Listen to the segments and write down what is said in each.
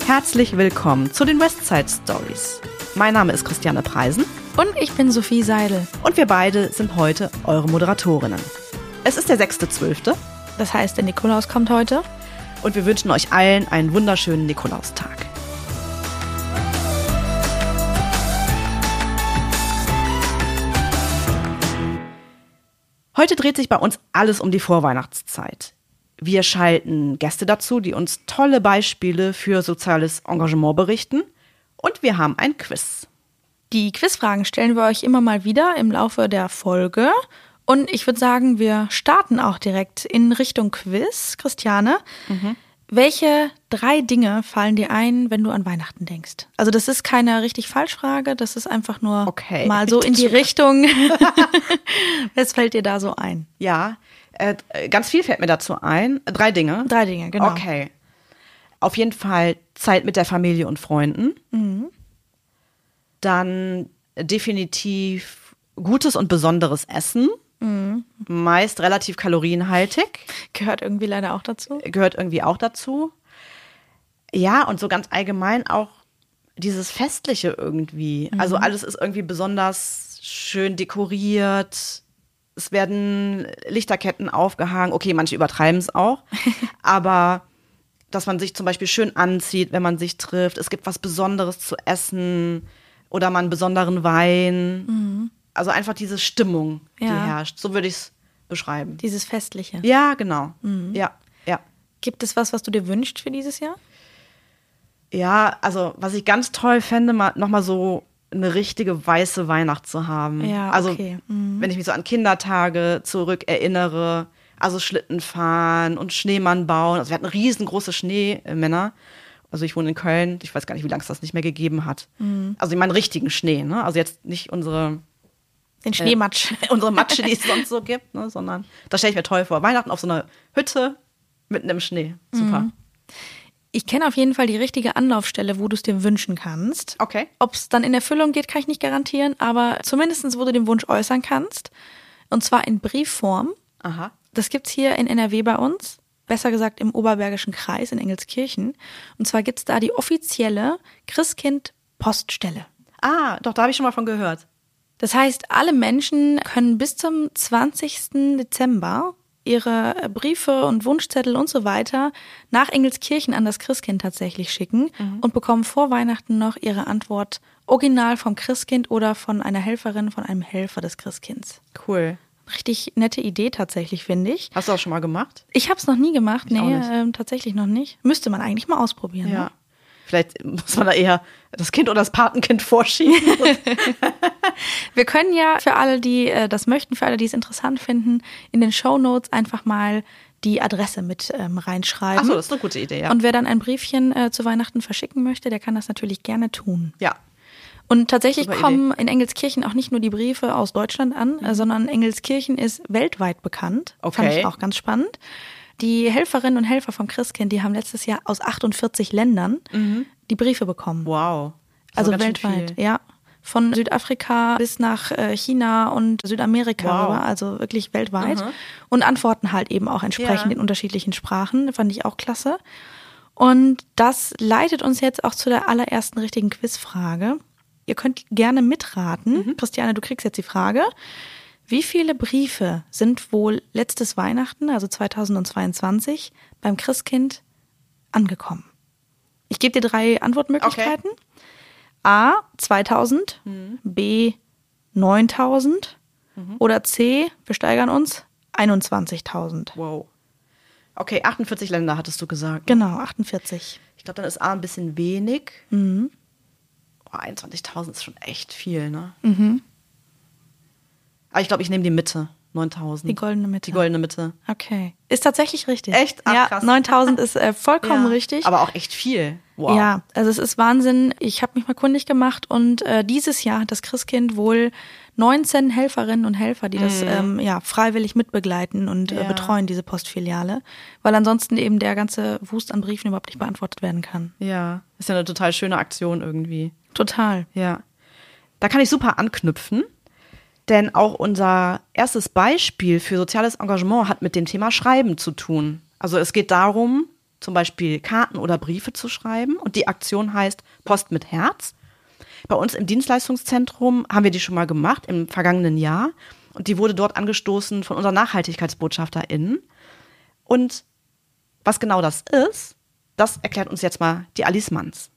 Herzlich willkommen zu den Westside Stories. Mein Name ist Christiane Preisen. Und ich bin Sophie Seidel. Und wir beide sind heute eure Moderatorinnen. Es ist der 6.12. Das heißt, der Nikolaus kommt heute. Und wir wünschen euch allen einen wunderschönen Nikolaustag. Heute dreht sich bei uns alles um die Vorweihnachtszeit. Wir schalten Gäste dazu, die uns tolle Beispiele für soziales Engagement berichten. Und wir haben ein Quiz. Die Quizfragen stellen wir euch immer mal wieder im Laufe der Folge. Und ich würde sagen, wir starten auch direkt in Richtung Quiz. Christiane, welche 3 Dinge fallen dir ein, wenn du an Weihnachten denkst? Also das ist keine richtig Falschfrage, das ist einfach nur mal so in die Richtung. Was fällt dir da so ein? Ja, ganz viel fällt mir dazu ein. 3 Dinge? 3 Dinge, genau. Okay. Auf jeden Fall Zeit mit der Familie und Freunden. Dann definitiv gutes und besonderes Essen. Meist relativ kalorienhaltig. Gehört irgendwie leider auch dazu. Gehört irgendwie auch dazu. Ja, und so ganz allgemein auch dieses Festliche irgendwie. Also alles ist irgendwie besonders schön dekoriert. Es werden Lichterketten aufgehangen. Okay, manche übertreiben es auch. Aber dass man sich zum Beispiel schön anzieht, wenn man sich trifft. Es gibt was Besonderes zu essen oder mal einen besonderen Wein. Also einfach diese Stimmung, die herrscht. So würde ich es beschreiben. Dieses Festliche. Ja, genau. Ja. Gibt es was du dir wünschst für dieses Jahr? Ja, also was ich ganz toll fände, nochmal so eine richtige weiße Weihnacht zu haben. Ja, also okay. wenn ich mich so an Kindertage zurück erinnere, also Schlitten fahren und Schneemann bauen. Also wir hatten riesengroße Schneemänner. Also ich wohne in Köln, ich weiß gar nicht, wie lange es das nicht mehr gegeben hat. Also ich meine richtigen Schnee, ne? Also jetzt nicht den Schneematsch. Unsere Matsche, die es sonst so gibt, ne? Sondern das stelle ich mir toll vor. Weihnachten auf so einer Hütte mitten im Schnee. Super. Ich kenne auf jeden Fall die richtige Anlaufstelle, wo du es dir wünschen kannst. Okay. Ob es dann in Erfüllung geht, kann ich nicht garantieren, aber zumindest, wo du den Wunsch äußern kannst. Und zwar in Briefform. Aha. Das gibt's hier in NRW bei uns. Besser gesagt im Oberbergischen Kreis in Engelskirchen. Und zwar gibt's da die offizielle Christkind-Poststelle. Ah, doch, da habe ich schon mal von gehört. Das heißt, alle Menschen können bis zum 20. Dezember ihre Briefe und Wunschzettel und so weiter nach Engelskirchen an das Christkind tatsächlich schicken und bekommen vor Weihnachten noch ihre Antwort original vom Christkind oder von einer Helferin, von einem Helfer des Christkinds. Cool. Richtig nette Idee tatsächlich, finde ich. Hast du auch schon mal gemacht? Ich habe es noch nie gemacht, Ich auch nicht. Tatsächlich noch nicht. Müsste man eigentlich mal ausprobieren. Ja. Ne? Vielleicht muss man da eher das Kind oder das Patenkind vorschieben. Wir können ja für alle, die das möchten, für alle, die es interessant finden, in den Shownotes einfach mal die Adresse mit reinschreiben. Ach so, das ist eine gute Idee, ja. Und wer dann ein Briefchen zu Weihnachten verschicken möchte, der kann das natürlich gerne tun. Ja. Und tatsächlich Super kommen in Engelskirchen auch nicht nur die Briefe aus Deutschland an, sondern Engelskirchen ist weltweit bekannt. Okay. Fand ich auch ganz spannend. Die Helferinnen und Helfer vom Christkind, die haben letztes Jahr aus 48 Ländern die Briefe bekommen. Wow. Also weltweit, ja. Von Südafrika bis nach China und Südamerika rüber, also wirklich weltweit. Und antworten halt eben auch entsprechend in unterschiedlichen Sprachen, fand ich auch klasse. Und das leitet uns jetzt auch zu der allerersten richtigen Quizfrage. Ihr könnt gerne mitraten. Christiane, du kriegst jetzt die Frage. Wie viele Briefe sind wohl letztes Weihnachten, also 2022, beim Christkind angekommen? Ich gebe dir 3 Antwortmöglichkeiten. Okay. A, 2000, B, 9000 oder C, wir steigern uns, 21.000. Wow. Okay, 48 Länder hattest du gesagt. Genau, 48. Ich glaube, dann ist A ein bisschen wenig. 21.000 ist schon echt viel, ne? Aber ich glaube, ich nehme die Mitte, 9.000. Die goldene Mitte. Die goldene Mitte. Okay. Ist tatsächlich richtig. Echt? Ach, ja, krass. 9.000 ist vollkommen richtig. Aber auch echt viel. Wow. Ja, also es ist Wahnsinn. Ich habe mich mal kundig gemacht und dieses Jahr hat das Christkind wohl 19 Helferinnen und Helfer, die das freiwillig mitbegleiten und betreuen, diese Postfiliale. Weil ansonsten eben der ganze Wust an Briefen überhaupt nicht beantwortet werden kann. Ja, ist ja eine total schöne Aktion irgendwie. Total. Ja. Da kann ich super anknüpfen. Denn auch unser erstes Beispiel für soziales Engagement hat mit dem Thema Schreiben zu tun. Also es geht darum, zum Beispiel Karten oder Briefe zu schreiben. Und die Aktion heißt Post mit Herz. Bei uns im Dienstleistungszentrum haben wir die schon mal gemacht im vergangenen Jahr. Und die wurde dort angestoßen von unseren NachhaltigkeitsbotschafterInnen. Und was genau das ist, das erklärt uns jetzt mal die Alice Manns.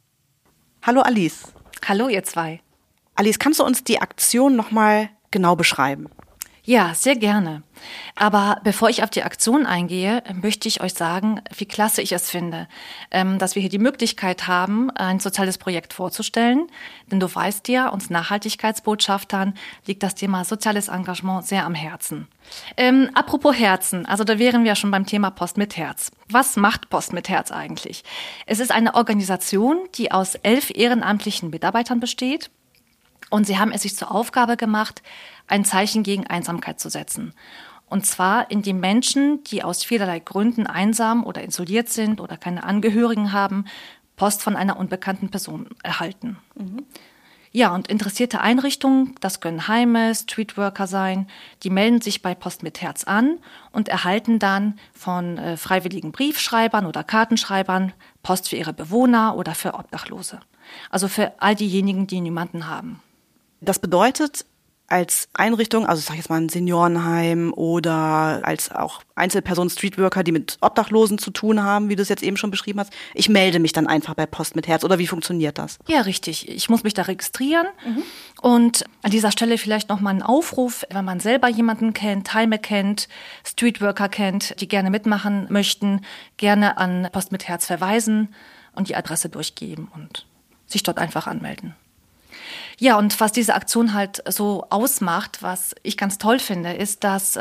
Hallo Alice. Hallo ihr zwei. Alice, kannst du uns die Aktion nochmal genau beschreiben? Ja, sehr gerne. Aber bevor ich auf die Aktion eingehe, möchte ich euch sagen, wie klasse ich es finde, dass wir hier die Möglichkeit haben, ein soziales Projekt vorzustellen. Denn du weißt ja, uns Nachhaltigkeitsbotschaftern liegt das Thema soziales Engagement sehr am Herzen. Apropos Herzen, also da wären wir schon beim Thema Post mit Herz. Was macht Post mit Herz eigentlich? Es ist eine Organisation, die aus 11 ehrenamtlichen Mitarbeitern besteht. Und sie haben es sich zur Aufgabe gemacht, ein Zeichen gegen Einsamkeit zu setzen. Und zwar, indem Menschen, die aus vielerlei Gründen einsam oder isoliert sind oder keine Angehörigen haben, Post von einer unbekannten Person erhalten. Mhm. Ja, und interessierte Einrichtungen, das können Heime, Streetworker sein, die melden sich bei Post mit Herz an und erhalten dann von freiwilligen Briefschreibern oder Kartenschreibern Post für ihre Bewohner oder für Obdachlose. Also für all diejenigen, die niemanden haben. Das bedeutet, als Einrichtung, also ich sage jetzt mal ein Seniorenheim oder als auch Einzelpersonen, Streetworker, die mit Obdachlosen zu tun haben, wie du es jetzt eben schon beschrieben hast, ich melde mich dann einfach bei Post mit Herz oder wie funktioniert das? Ja, richtig. Ich muss mich da registrieren und an dieser Stelle vielleicht nochmal einen Aufruf, wenn man selber jemanden kennt, Heime kennt, Streetworker kennt, die gerne mitmachen möchten, gerne an Post mit Herz verweisen und die Adresse durchgeben und sich dort einfach anmelden. Ja, und was diese Aktion halt so ausmacht, was ich ganz toll finde, ist, dass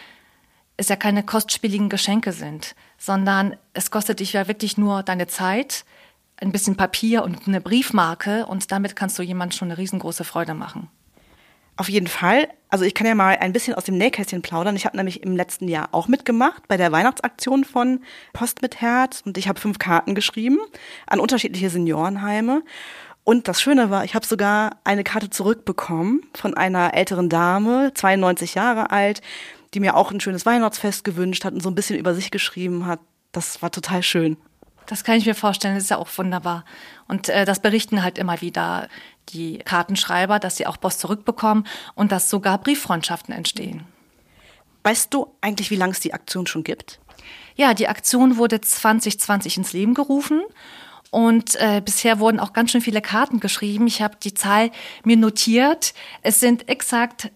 es ja keine kostspieligen Geschenke sind, sondern es kostet dich ja wirklich nur deine Zeit, ein bisschen Papier und eine Briefmarke und damit kannst du jemandem schon eine riesengroße Freude machen. Auf jeden Fall. Also ich kann ja mal ein bisschen aus dem Nähkästchen plaudern. Ich habe nämlich im letzten Jahr auch mitgemacht bei der Weihnachtsaktion von Post mit Herz und ich habe 5 Karten geschrieben an unterschiedliche Seniorenheime. Und das Schöne war, ich habe sogar eine Karte zurückbekommen von einer älteren Dame, 92 Jahre alt, die mir auch ein schönes Weihnachtsfest gewünscht hat und so ein bisschen über sich geschrieben hat. Das war total schön. Das kann ich mir vorstellen, das ist ja auch wunderbar. Und das berichten halt immer wieder die Kartenschreiber, dass sie auch Post zurückbekommen und dass sogar Brieffreundschaften entstehen. Weißt du eigentlich, wie lange es die Aktion schon gibt? Ja, die Aktion wurde 2020 ins Leben gerufen. Und bisher wurden auch ganz schön viele Karten geschrieben. Ich habe die Zahl mir notiert. Es sind exakt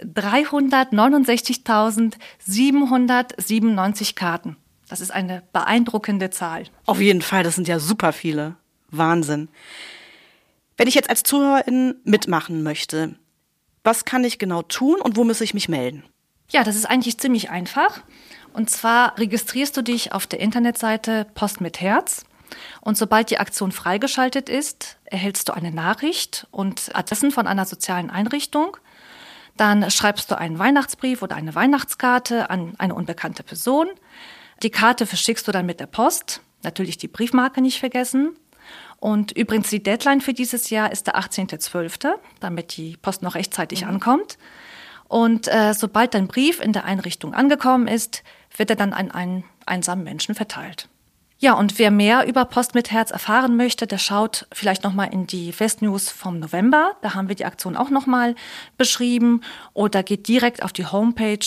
369.797 Karten. Das ist eine beeindruckende Zahl. Auf jeden Fall, das sind ja super viele. Wahnsinn. Wenn ich jetzt als Zuhörerin mitmachen möchte, was kann ich genau tun und wo muss ich mich melden? Ja, das ist eigentlich ziemlich einfach. Und zwar registrierst du dich auf der Internetseite Post mit Herz. Und sobald die Aktion freigeschaltet ist, erhältst du eine Nachricht und Adressen von einer sozialen Einrichtung. Dann schreibst du einen Weihnachtsbrief oder eine Weihnachtskarte an eine unbekannte Person. Die Karte verschickst du dann mit der Post. Natürlich die Briefmarke nicht vergessen. Und übrigens die Deadline für dieses Jahr ist der 18.12., damit die Post noch rechtzeitig ankommt. Und sobald dein Brief in der Einrichtung angekommen ist, wird er dann an einen einsamen Menschen verteilt. Ja, und wer mehr über Post mit Herz erfahren möchte, der schaut vielleicht nochmal in die Festnews vom November. Da haben wir die Aktion auch nochmal beschrieben. Oder geht direkt auf die Homepage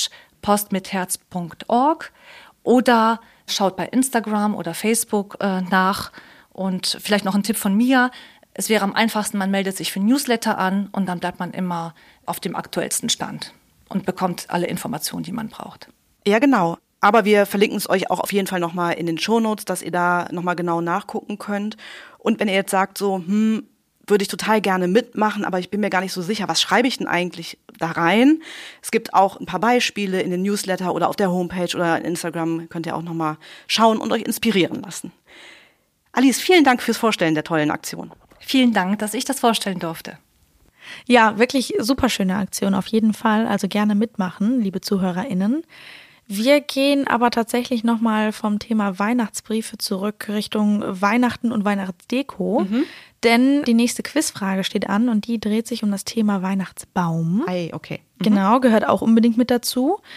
postmitherz.org oder schaut bei Instagram oder Facebook nach. Und vielleicht noch ein Tipp von mir. Es wäre am einfachsten, man meldet sich für Newsletter an und dann bleibt man immer auf dem aktuellsten Stand und bekommt alle Informationen, die man braucht. Ja, genau. Aber wir verlinken es euch auch auf jeden Fall nochmal in den Shownotes, dass ihr da nochmal genau nachgucken könnt. Und wenn ihr jetzt sagt so, würde ich total gerne mitmachen, aber ich bin mir gar nicht so sicher, was schreibe ich denn eigentlich da rein? Es gibt auch ein paar Beispiele in den Newsletter oder auf der Homepage oder in Instagram, könnt ihr auch nochmal schauen und euch inspirieren lassen. Alice, vielen Dank fürs Vorstellen der tollen Aktion. Vielen Dank, dass ich das vorstellen durfte. Ja, wirklich super schöne Aktion auf jeden Fall. Also gerne mitmachen, liebe ZuhörerInnen. Wir gehen aber tatsächlich nochmal vom Thema Weihnachtsbriefe zurück Richtung Weihnachten und Weihnachtsdeko. Denn die nächste Quizfrage steht an und die dreht sich um das Thema Weihnachtsbaum. Ei, okay. Genau, gehört auch unbedingt mit dazu.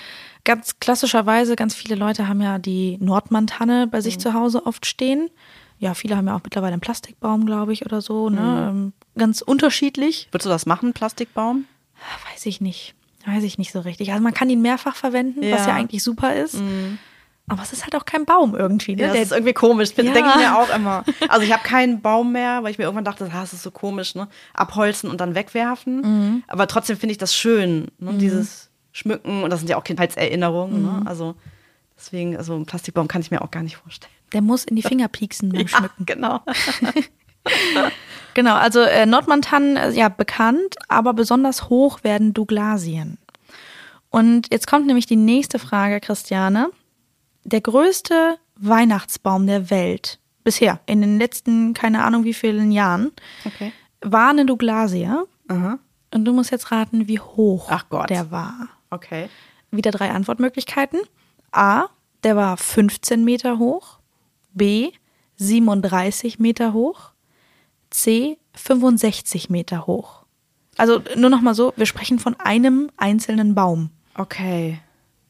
ganz klassischerweise, ganz viele Leute haben ja die Nordmann-Tanne bei sich zu Hause oft stehen. Ja, viele haben ja auch mittlerweile einen Plastikbaum, glaube ich, oder so. Ne? Ganz unterschiedlich. Würdest du das machen, Plastikbaum? Weiß ich nicht so richtig. Also man kann ihn mehrfach verwenden, was ja eigentlich super ist. Aber es ist halt auch kein Baum irgendwie. Ne? Ja, das ist irgendwie komisch, denke ich mir auch immer. Also ich habe keinen Baum mehr, weil ich mir irgendwann dachte, das ist so komisch, ne? Abholzen und dann wegwerfen. Aber trotzdem finde ich das schön, ne? Dieses Schmücken. Und das sind ja auch Kindheitserinnerungen. Ne? Also deswegen, also einen Plastikbaum kann ich mir auch gar nicht vorstellen. Der muss in die Finger pieksen beim Schmücken. Genau. Genau, also Nordmann-Tannen, ja, bekannt, aber besonders hoch werden Douglasien. Und jetzt kommt nämlich die nächste Frage, Christiane. Der größte Weihnachtsbaum der Welt bisher, in den letzten, keine Ahnung wie vielen Jahren, war eine Douglasie. Und du musst jetzt raten, wie hoch der war. Okay. Wieder 3 Antwortmöglichkeiten. A, der war 15 Meter hoch. B, 37 Meter hoch. C, 65 Meter hoch. Also nur noch mal so, wir sprechen von einem einzelnen Baum. Okay.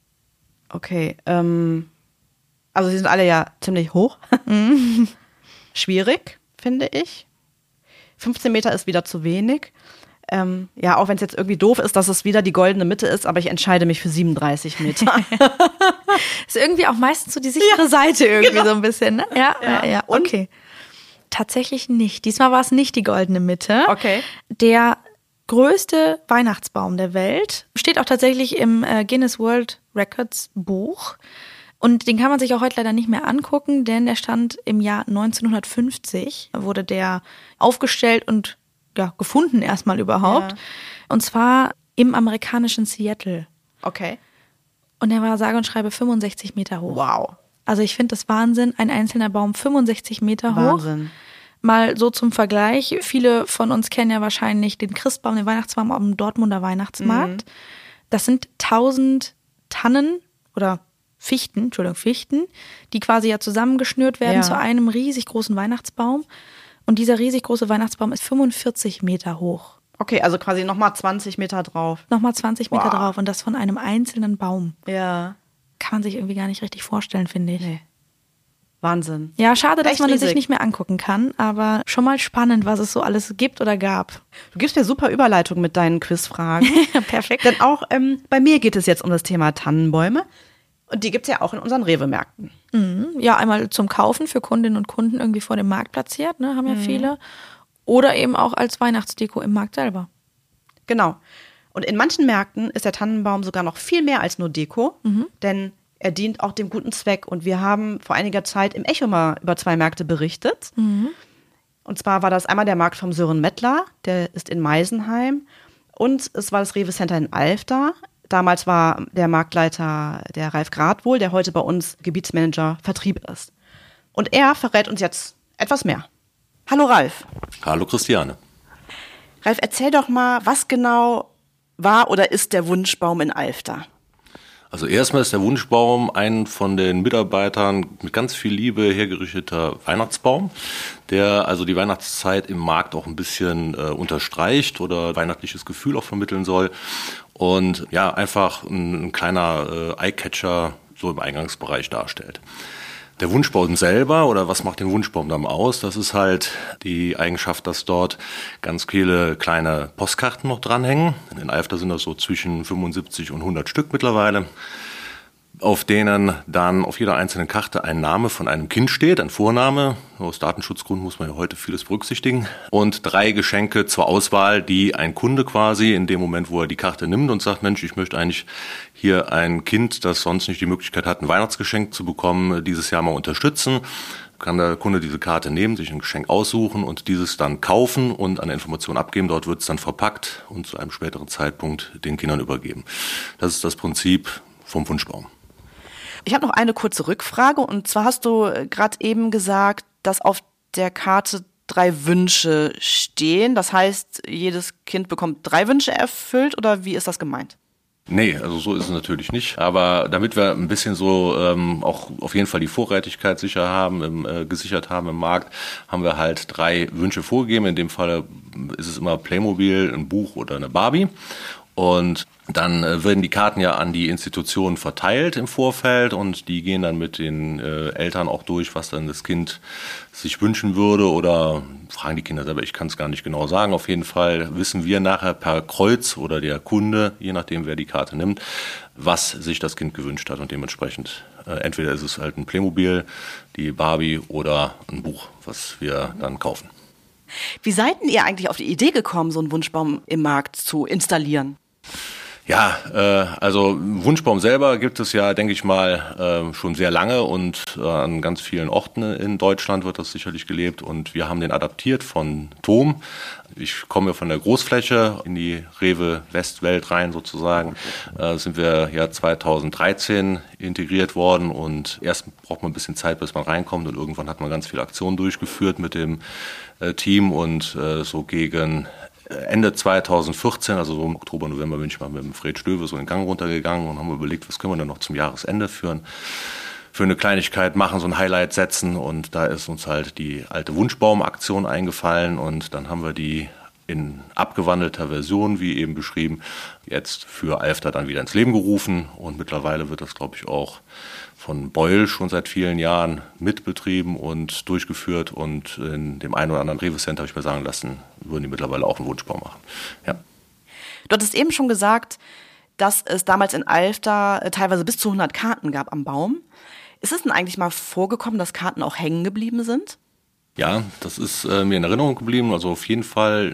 Also sie sind alle ja ziemlich hoch. Schwierig, finde ich. 15 Meter ist wieder zu wenig. Ja, auch wenn es jetzt irgendwie doof ist, dass es wieder die goldene Mitte ist, aber ich entscheide mich für 37 Meter. Ist irgendwie auch meistens so die sichere Seite irgendwie so ein bisschen, ne? Ja. Okay. Tatsächlich nicht. Diesmal war es nicht die goldene Mitte. Okay. Der größte Weihnachtsbaum der Welt steht auch tatsächlich im Guinness World Records Buch. Und den kann man sich auch heute leider nicht mehr angucken, denn der stand im Jahr 1950, wurde der aufgestellt und gefunden erstmal überhaupt. Ja. Und zwar im amerikanischen Seattle. Okay. Und der war sage und schreibe 65 Meter hoch. Wow. Also ich finde das Wahnsinn, ein einzelner Baum 65 Meter hoch. Wahnsinn. Mal so zum Vergleich, viele von uns kennen ja wahrscheinlich den Christbaum, den Weihnachtsbaum am Dortmunder Weihnachtsmarkt. Das sind 1000 Tannen oder Fichten, die quasi ja zusammengeschnürt werden zu einem riesig großen Weihnachtsbaum. Und dieser riesig große Weihnachtsbaum ist 45 Meter hoch. Okay, also quasi nochmal 20 Meter drauf. Nochmal 20 Meter drauf und das von einem einzelnen Baum. Ja. Kann man sich irgendwie gar nicht richtig vorstellen, finde ich. Nee. Wahnsinn. Ja, schade, dass Echt man es riesig. sich nicht mehr angucken kann, aber schon mal spannend, was es so alles gibt oder gab. Du gibst mir super Überleitung mit deinen Quizfragen. Perfekt. Denn auch bei mir geht es jetzt um das Thema Tannenbäume. Und die gibt es ja auch in unseren Rewe-Märkten. Ja, einmal zum Kaufen für Kundinnen und Kunden irgendwie vor dem Markt platziert, ne, haben ja viele. Oder eben auch als Weihnachtsdeko im Markt selber. Genau. Und in manchen Märkten ist der Tannenbaum sogar noch viel mehr als nur Deko, denn er dient auch dem guten Zweck. Und wir haben vor einiger Zeit im Echo mal über 2 Märkte berichtet. Und zwar war das einmal der Markt vom Sören Mettler, der ist in Meisenheim. Und es war das Rewe Center in Alfter. Damals war der Marktleiter der Ralf Gradwohl, der heute bei uns Gebietsmanager Vertrieb ist. Und er verrät uns jetzt etwas mehr. Hallo Ralf. Hallo Christiane. Ralf, erzähl doch mal, was genau war oder ist der Wunschbaum in Alfter? Also erstmal ist der Wunschbaum ein von den Mitarbeitern mit ganz viel Liebe hergerichteter Weihnachtsbaum, der also die Weihnachtszeit im Markt auch ein bisschen unterstreicht oder weihnachtliches Gefühl auch vermitteln soll. Und ja, einfach ein kleiner Eyecatcher so im Eingangsbereich darstellt. Der Wunschbaum selber oder was macht den Wunschbaum dann aus? Das ist halt die Eigenschaft, dass dort ganz viele kleine Postkarten noch dranhängen. In Alfter sind das so zwischen 75 und 100 Stück mittlerweile, auf denen dann auf jeder einzelnen Karte ein Name von einem Kind steht, ein Vorname. Aus Datenschutzgründen muss man ja heute vieles berücksichtigen. Und 3 Geschenke zur Auswahl, die ein Kunde quasi in dem Moment, wo er die Karte nimmt und sagt, Mensch, ich möchte eigentlich hier ein Kind, das sonst nicht die Möglichkeit hat, ein Weihnachtsgeschenk zu bekommen, dieses Jahr mal unterstützen. Kann der Kunde diese Karte nehmen, sich ein Geschenk aussuchen und dieses dann kaufen und eine Information abgeben. Dort wird es dann verpackt und zu einem späteren Zeitpunkt den Kindern übergeben. Das ist das Prinzip vom Wunschbaum. Ich habe noch eine kurze Rückfrage und zwar hast du gerade eben gesagt, dass auf der Karte 3 Wünsche stehen. Das heißt, jedes Kind bekommt 3 Wünsche erfüllt oder wie ist das gemeint? Nee, also so ist es natürlich nicht. Aber damit wir ein bisschen so auch auf jeden Fall die Vorrätigkeit gesichert haben im Markt, haben wir halt 3 Wünsche vorgegeben. In dem Fall ist es immer Playmobil, ein Buch oder eine Barbie. Und dann werden die Karten ja an die Institutionen verteilt im Vorfeld und die gehen dann mit den Eltern auch durch, was dann das Kind sich wünschen würde oder fragen die Kinder selber, ich kann es gar nicht genau sagen. Auf jeden Fall wissen wir nachher per Kreuz oder der Kunde, je nachdem wer die Karte nimmt, was sich das Kind gewünscht hat und dementsprechend entweder ist es halt ein Playmobil, die Barbie oder ein Buch, was wir dann kaufen. Wie seid denn ihr eigentlich auf die Idee gekommen, so einen Wunschbaum im Markt zu installieren? Ja, also Wunschbaum selber gibt es ja, denke ich mal, schon sehr lange und an ganz vielen Orten in Deutschland wird das sicherlich gelebt und wir haben den adaptiert von TOM. Ich komme ja von der Großfläche in die Rewe Westwelt rein sozusagen. Sind wir ja 2013 integriert worden und erst braucht man ein bisschen Zeit, bis man reinkommt und irgendwann hat man ganz viele Aktionen durchgeführt mit dem Team und so gegen Ende 2014, also so im Oktober, November, bin ich mal mit dem Fred Stöwe so den Gang runtergegangen und haben überlegt, was können wir denn noch zum Jahresende für eine Kleinigkeit machen, so ein Highlight setzen und da ist uns halt die alte Wunschbaum-Aktion eingefallen und dann haben wir die in abgewandelter Version, wie eben beschrieben, jetzt für Alfter dann wieder ins Leben gerufen und mittlerweile wird das, glaube ich, auch von Beul schon seit vielen Jahren mitbetrieben und durchgeführt und in dem einen oder anderen Rewe-Center, habe ich mir sagen lassen, würden die mittlerweile auch einen Wunschbaum machen. Ja. Du hattest eben schon gesagt, dass es damals in Alfter teilweise bis zu 100 Karten gab am Baum. Ist es denn eigentlich mal vorgekommen, dass Karten auch hängen geblieben sind? Ja, das ist mir in Erinnerung geblieben. Also auf jeden Fall,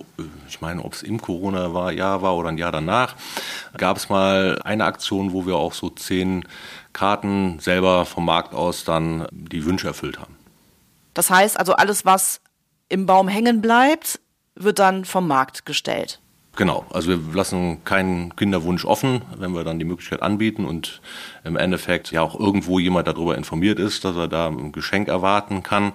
ich meine, ob es im Corona-Jahr war oder ein Jahr danach, gab es mal eine Aktion, wo wir auch so 10 Karten selber vom Markt aus dann die Wünsche erfüllt haben. Das heißt also, alles, was im Baum hängen bleibt, wird dann vom Markt gestellt. Genau, also wir lassen keinen Kinderwunsch offen, wenn wir dann die Möglichkeit anbieten und im Endeffekt ja auch irgendwo jemand darüber informiert ist, dass er da ein Geschenk erwarten kann,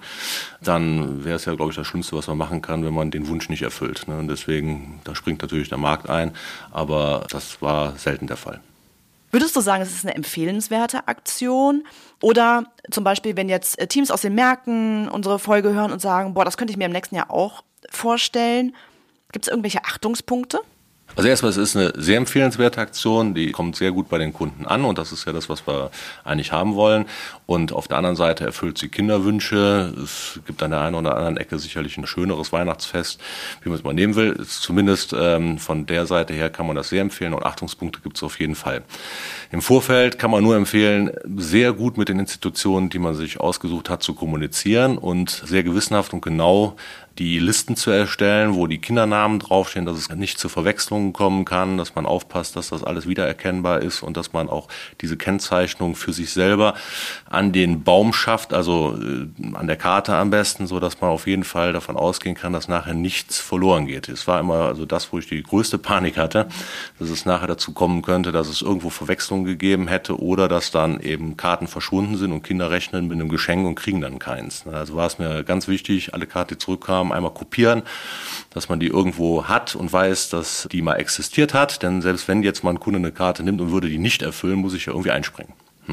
dann wäre es ja, glaube ich, das Schlimmste, was man machen kann, wenn man den Wunsch nicht erfüllt. Und deswegen, da springt natürlich der Markt ein, aber das war selten der Fall. Würdest du sagen, es ist eine empfehlenswerte Aktion? Oder zum Beispiel, wenn jetzt Teams aus den Märkten unsere Folge hören und sagen, boah, das könnte ich mir im nächsten Jahr auch vorstellen. Gibt es irgendwelche Achtungspunkte? Also erstmal, es ist eine sehr empfehlenswerte Aktion, die kommt sehr gut bei den Kunden an und das ist ja das, was wir eigentlich haben wollen. Und auf der anderen Seite erfüllt sie Kinderwünsche. Es gibt an der einen oder anderen Ecke sicherlich ein schöneres Weihnachtsfest, wie man es mal nehmen will. Zumindest von der Seite her kann man das sehr empfehlen und Achtungspunkte gibt es auf jeden Fall. Im Vorfeld kann man nur empfehlen, sehr gut mit den Institutionen, die man sich ausgesucht hat, zu kommunizieren und sehr gewissenhaft und genau die Listen zu erstellen, wo die Kindernamen draufstehen, dass es nicht zu Verwechslungen kommen kann, dass man aufpasst, dass das alles wiedererkennbar ist und dass man auch diese Kennzeichnung für sich selber an den Baum schafft, also an der Karte am besten, so dass man auf jeden Fall davon ausgehen kann, dass nachher nichts verloren geht. Es war immer also das, wo ich die größte Panik hatte, dass es nachher dazu kommen könnte, dass es irgendwo Verwechslungen gegeben hätte oder dass dann eben Karten verschwunden sind und Kinder rechnen mit einem Geschenk und kriegen dann keins. Also war es mir ganz wichtig, alle Karten, die zurückkamen, einmal kopieren, dass man die irgendwo hat und weiß, dass die mal existiert hat. Denn selbst wenn jetzt mal ein Kunde eine Karte nimmt und würde die nicht erfüllen, muss ich ja irgendwie einspringen.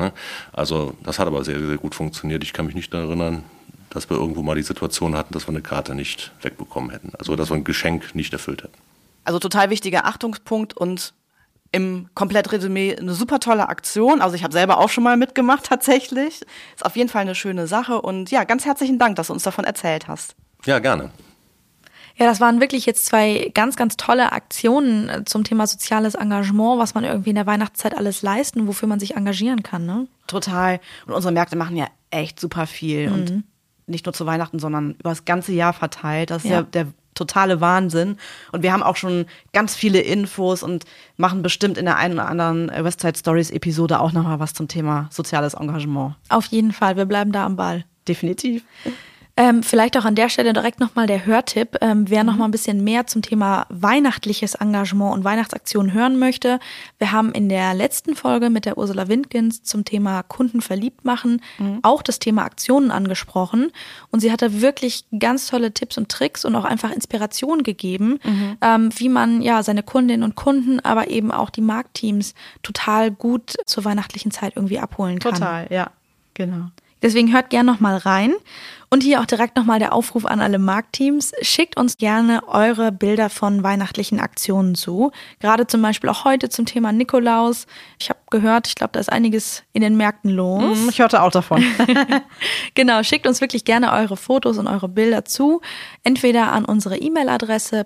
Also das hat aber sehr, sehr gut funktioniert. Ich kann mich nicht daran erinnern, dass wir irgendwo mal die Situation hatten, dass wir eine Karte nicht wegbekommen hätten. Also dass wir ein Geschenk nicht erfüllt hätten. Also total wichtiger Achtungspunkt und im Komplettresümee eine super tolle Aktion. Also ich habe selber auch schon mal mitgemacht tatsächlich. Ist auf jeden Fall eine schöne Sache und ja, ganz herzlichen Dank, dass du uns davon erzählt hast. Ja, gerne. Ja, das waren wirklich jetzt 2 ganz, ganz tolle Aktionen zum Thema soziales Engagement, was man irgendwie in der Weihnachtszeit alles leisten, wofür man sich engagieren kann, ne? Total. Und unsere Märkte machen ja echt super viel. Und nicht nur zu Weihnachten, sondern über das ganze Jahr verteilt. Das ist ja der totale Wahnsinn. Und wir haben auch schon ganz viele Infos und machen bestimmt in der einen oder anderen Westside Stories Episode auch nochmal was zum Thema soziales Engagement. Auf jeden Fall, wir bleiben da am Ball. Definitiv. Vielleicht auch an der Stelle direkt nochmal der Hörtipp. Wer nochmal ein bisschen mehr zum Thema weihnachtliches Engagement und Weihnachtsaktionen hören möchte, wir haben in der letzten Folge mit der Ursula Windgens zum Thema Kunden verliebt machen auch das Thema Aktionen angesprochen. Und sie hatte wirklich ganz tolle Tipps und Tricks und auch einfach Inspiration gegeben, wie man ja seine Kundinnen und Kunden, aber eben auch die Marktteams total gut zur weihnachtlichen Zeit irgendwie abholen kann. Total, ja, genau. Deswegen hört gerne nochmal rein. Und hier auch direkt nochmal der Aufruf an alle Marktteams. Schickt uns gerne eure Bilder von weihnachtlichen Aktionen zu. Gerade zum Beispiel auch heute zum Thema Nikolaus. Ich habe gehört, ich glaube, da ist einiges in den Märkten los. Ich hörte auch davon. Genau, schickt uns wirklich gerne eure Fotos und eure Bilder zu. Entweder an unsere E-Mail-Adresse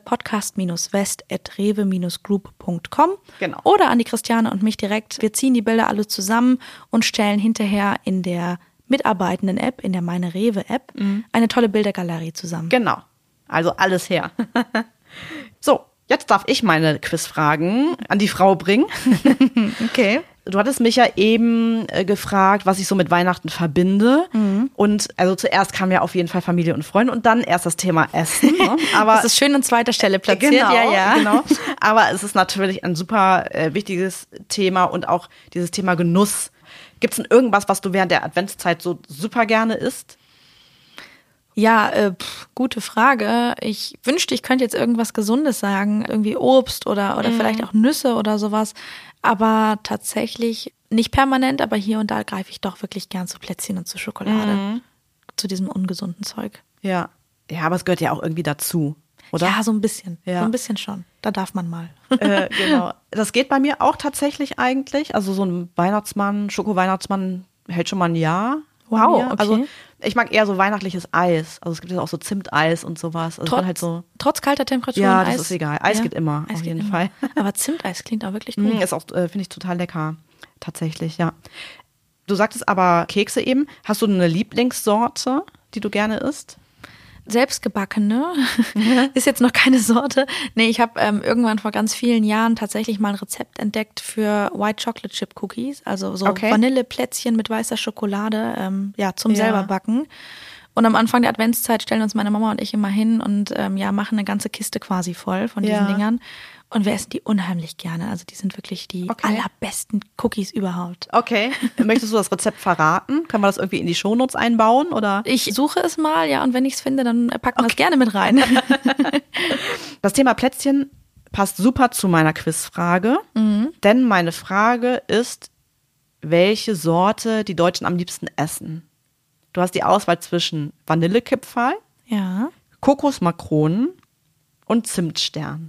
podcast-west@rewe-group.com Genau. oder an die Christiane und mich direkt. Wir ziehen die Bilder alle zusammen und stellen hinterher in der mitarbeitenden App, in der Meine Rewe-App, eine tolle Bildergalerie zusammen. Genau. Also alles her. So, jetzt darf ich meine Quizfragen an die Frau bringen. Okay. Du hattest mich ja eben gefragt, was ich so mit Weihnachten verbinde. Und also zuerst kam ja auf jeden Fall Familie und Freunde und dann erst das Thema Essen. Ne? Aber das ist schön an zweiter Stelle platziert. Genau, ja. genau. Aber es ist natürlich ein super wichtiges Thema und auch dieses Thema Genuss. Gibt es denn irgendwas, was du während der Adventszeit so super gerne isst? Ja, gute Frage. Ich wünschte, ich könnte jetzt irgendwas Gesundes sagen. Irgendwie Obst oder vielleicht auch Nüsse oder sowas. Aber tatsächlich nicht permanent, aber hier und da greife ich doch wirklich gern zu Plätzchen und zu Schokolade. Zu diesem ungesunden Zeug. Ja. Ja, aber es gehört ja auch irgendwie dazu, oder? Ja, so ein bisschen. Ja. So ein bisschen schon. Da darf man mal. Genau. Das geht bei mir auch tatsächlich eigentlich. Also so ein Weihnachtsmann, Schoko-Weihnachtsmann hält schon mal ein Jahr. bei Wow, mir. okay. Also ich mag eher so weihnachtliches Eis. Also es gibt ja auch so Zimteis und sowas. Also ich bin halt so, Trotz kalter Temperaturen ja, Eis? das ist egal. Eis Ja. geht immer, Eis auf geht jeden immer. Fall. Aber Zimteis klingt auch wirklich gut. Ist auch, finde ich, total lecker. Tatsächlich, ja. Du sagtest aber Kekse eben. Hast du eine Lieblingssorte, die du gerne isst? Selbstgebackene ist jetzt noch keine Sorte. Nee, ich habe irgendwann vor ganz vielen Jahren tatsächlich mal ein Rezept entdeckt für White Chocolate Chip Cookies, also so Okay. Vanilleplätzchen mit weißer Schokolade, zum Ja. selber backen. Und am Anfang der Adventszeit stellen uns meine Mama und ich immer hin und machen eine ganze Kiste quasi voll von diesen Ja. Dingern. Und wir essen die unheimlich gerne. Also die sind wirklich die allerbesten Cookies überhaupt. Okay. Möchtest du das Rezept verraten? Kann man das irgendwie in die Shownotes einbauen? Oder? Ich suche es mal, ja, und wenn ich es finde, dann packen wir es gerne mit rein. Das Thema Plätzchen passt super zu meiner Quizfrage. Denn meine Frage ist, welche Sorte die Deutschen am liebsten essen? Du hast die Auswahl zwischen Vanillekipferl, Ja. Kokosmakronen und Zimtstern.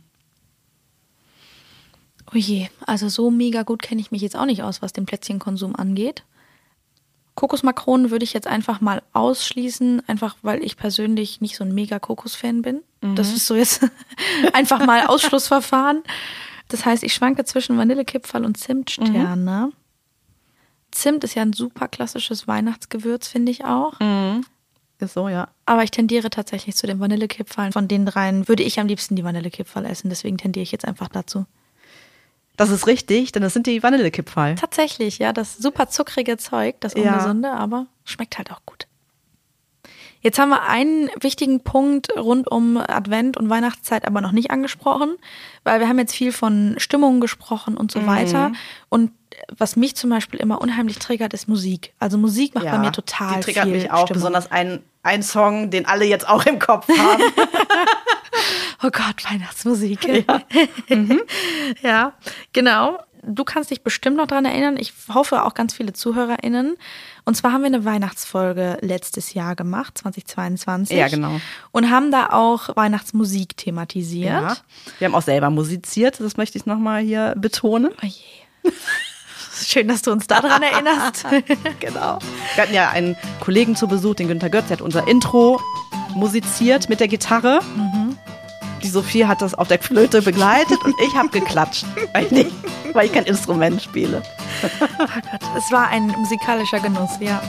Oh je, also so mega gut kenne ich mich jetzt auch nicht aus, was den Plätzchenkonsum angeht. Kokosmakronen würde ich jetzt einfach mal ausschließen, einfach weil ich persönlich nicht so ein mega Kokos-Fan bin. Das ist so jetzt einfach mal Ausschlussverfahren. Das heißt, ich schwanke zwischen Vanillekipferl und Zimtsterne. Zimt ist ja ein super klassisches Weihnachtsgewürz, finde ich auch. Ist so, ja. Aber ich tendiere tatsächlich zu den Vanillekipferln. Von den dreien würde ich am liebsten die Vanillekipferl essen, deswegen tendiere ich jetzt einfach dazu. Das ist richtig, denn das sind die Vanillekipferl. Tatsächlich, ja, das super zuckrige Zeug, das Ja. Ungesunde, aber schmeckt halt auch gut. Jetzt haben wir einen wichtigen Punkt rund um Advent und Weihnachtszeit aber noch nicht angesprochen, weil wir haben jetzt viel von Stimmungen gesprochen und so weiter. Und was mich zum Beispiel immer unheimlich triggert, ist Musik. Also Musik macht bei mir total Die triggert viel mich auch, Stimmung. besonders ein Song, den alle jetzt auch im Kopf haben. Oh Gott, Weihnachtsmusik. Ja. Ja, genau. Du kannst dich bestimmt noch dran erinnern. Ich hoffe auch ganz viele ZuhörerInnen. Und zwar haben wir eine Weihnachtsfolge letztes Jahr gemacht, 2022. Ja, genau. Und haben da auch Weihnachtsmusik thematisiert. Ja. Wir haben auch selber musiziert, das möchte ich nochmal hier betonen. Oh je. Schön, dass du uns daran erinnerst. Genau. Wir hatten ja einen Kollegen zu Besuch, den Günter Götz, der hat unser Intro musiziert mit der Gitarre. Die Sophie hat das auf der Flöte begleitet und ich habe geklatscht, weil ich kein Instrument spiele. Oh Gott, es war ein musikalischer Genuss, ja.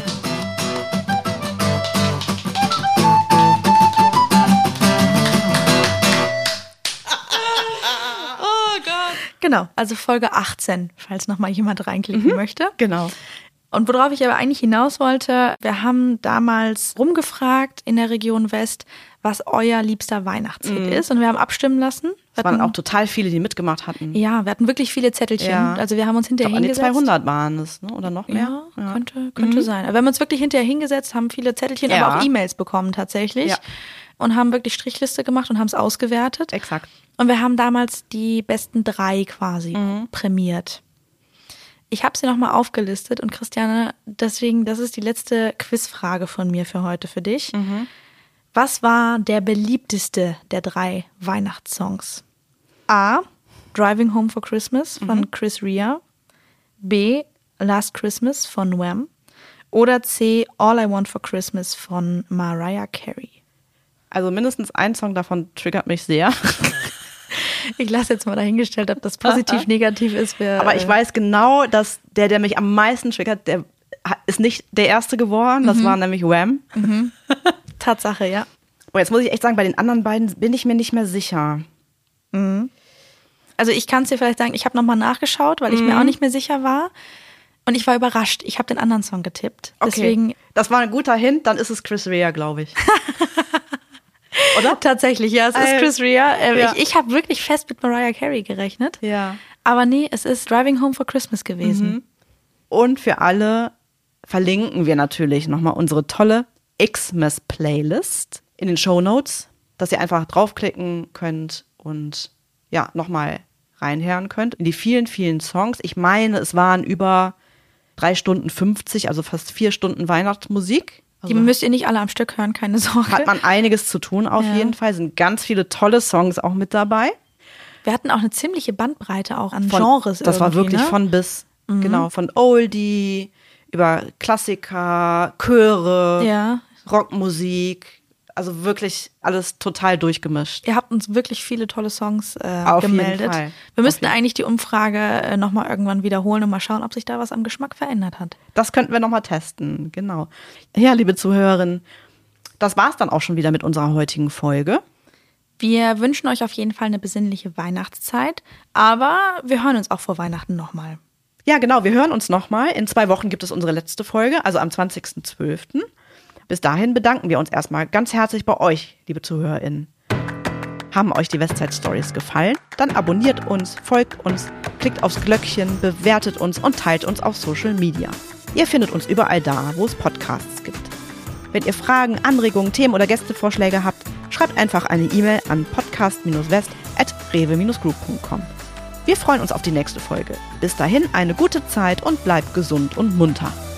Genau, also Folge 18, falls nochmal jemand reinklicken möchte. Genau. Und worauf ich aber eigentlich hinaus wollte, wir haben damals rumgefragt in der Region West, was euer liebster Weihnachtshit ist. Und wir haben abstimmen lassen. Es waren auch total viele, die mitgemacht hatten. Ja, wir hatten wirklich viele Zettelchen. Ja. Also wir haben uns hinterher An die hingesetzt. 200 waren es, ne? Oder noch mehr? Ja, könnte sein. Aber wir haben uns wirklich hinterher hingesetzt, haben viele Zettelchen, Ja. aber auch E-Mails bekommen tatsächlich. Ja. Und haben wirklich Strichliste gemacht und haben es ausgewertet. Exakt. Und wir haben damals die besten 3 quasi prämiert. Ich habe sie nochmal aufgelistet und Christiane, deswegen, das ist die letzte Quizfrage von mir für heute für dich. Was war der beliebteste der 3 Weihnachtssongs? A. Driving Home for Christmas von Chris Rea. B. Last Christmas von Wham. Oder C. All I Want for Christmas von Mariah Carey. Also mindestens ein Song davon triggert mich sehr. Ich lasse jetzt mal dahingestellt, ob das positiv, negativ ist. Aber ich weiß genau, dass der mich am meisten triggert, der ist nicht der erste geworden. Das war nämlich Wham. Tatsache, ja. Aber jetzt muss ich echt sagen, bei den anderen beiden bin ich mir nicht mehr sicher. Also ich kann es dir vielleicht sagen, ich habe nochmal nachgeschaut, weil ich mir auch nicht mehr sicher war. Und ich war überrascht. Ich habe den anderen Song getippt. Okay. Deswegen, das war ein guter Hint, dann ist es Chris Rea, glaube ich. Oder? Tatsächlich, ja, es ist Chris Rea. Ja. Ich habe wirklich fest mit Mariah Carey gerechnet. Ja. Aber nee, es ist Driving Home for Christmas gewesen. Und für alle verlinken wir natürlich nochmal unsere tolle Xmas-Playlist in den Shownotes, dass ihr einfach draufklicken könnt und ja, nochmal reinhören könnt in die vielen, vielen Songs. Ich meine, es waren über 3 Stunden 50, also fast 4 Stunden Weihnachtsmusik. Die müsst ihr nicht alle am Stück hören, keine Sorge. Hat man einiges zu tun auf jeden Fall. Sind ganz viele tolle Songs auch mit dabei. Wir hatten auch eine ziemliche Bandbreite auch an Genres. Das war wirklich ne? von bis, genau, von Oldie über Klassiker, Chöre, Rockmusik. Also wirklich alles total durchgemischt. Ihr habt uns wirklich viele tolle Songs Auf gemeldet. jeden Fall. Wir müssten eigentlich die Umfrage nochmal irgendwann wiederholen und mal schauen, ob sich da was am Geschmack verändert hat. Das könnten wir nochmal testen, genau. Ja, liebe Zuhörerinnen, das war's dann auch schon wieder mit unserer heutigen Folge. Wir wünschen euch auf jeden Fall eine besinnliche Weihnachtszeit, aber wir hören uns auch vor Weihnachten nochmal. Ja, genau, wir hören uns nochmal. In 2 Wochen gibt es unsere letzte Folge, also am 20.12. Bis dahin bedanken wir uns erstmal ganz herzlich bei euch, liebe ZuhörerInnen. Haben euch die Westside Stories gefallen? Dann abonniert uns, folgt uns, klickt aufs Glöckchen, bewertet uns und teilt uns auf Social Media. Ihr findet uns überall da, wo es Podcasts gibt. Wenn ihr Fragen, Anregungen, Themen oder Gästevorschläge habt, schreibt einfach eine E-Mail an podcast-west@rewe-group.com. Wir freuen uns auf die nächste Folge. Bis dahin eine gute Zeit und bleibt gesund und munter.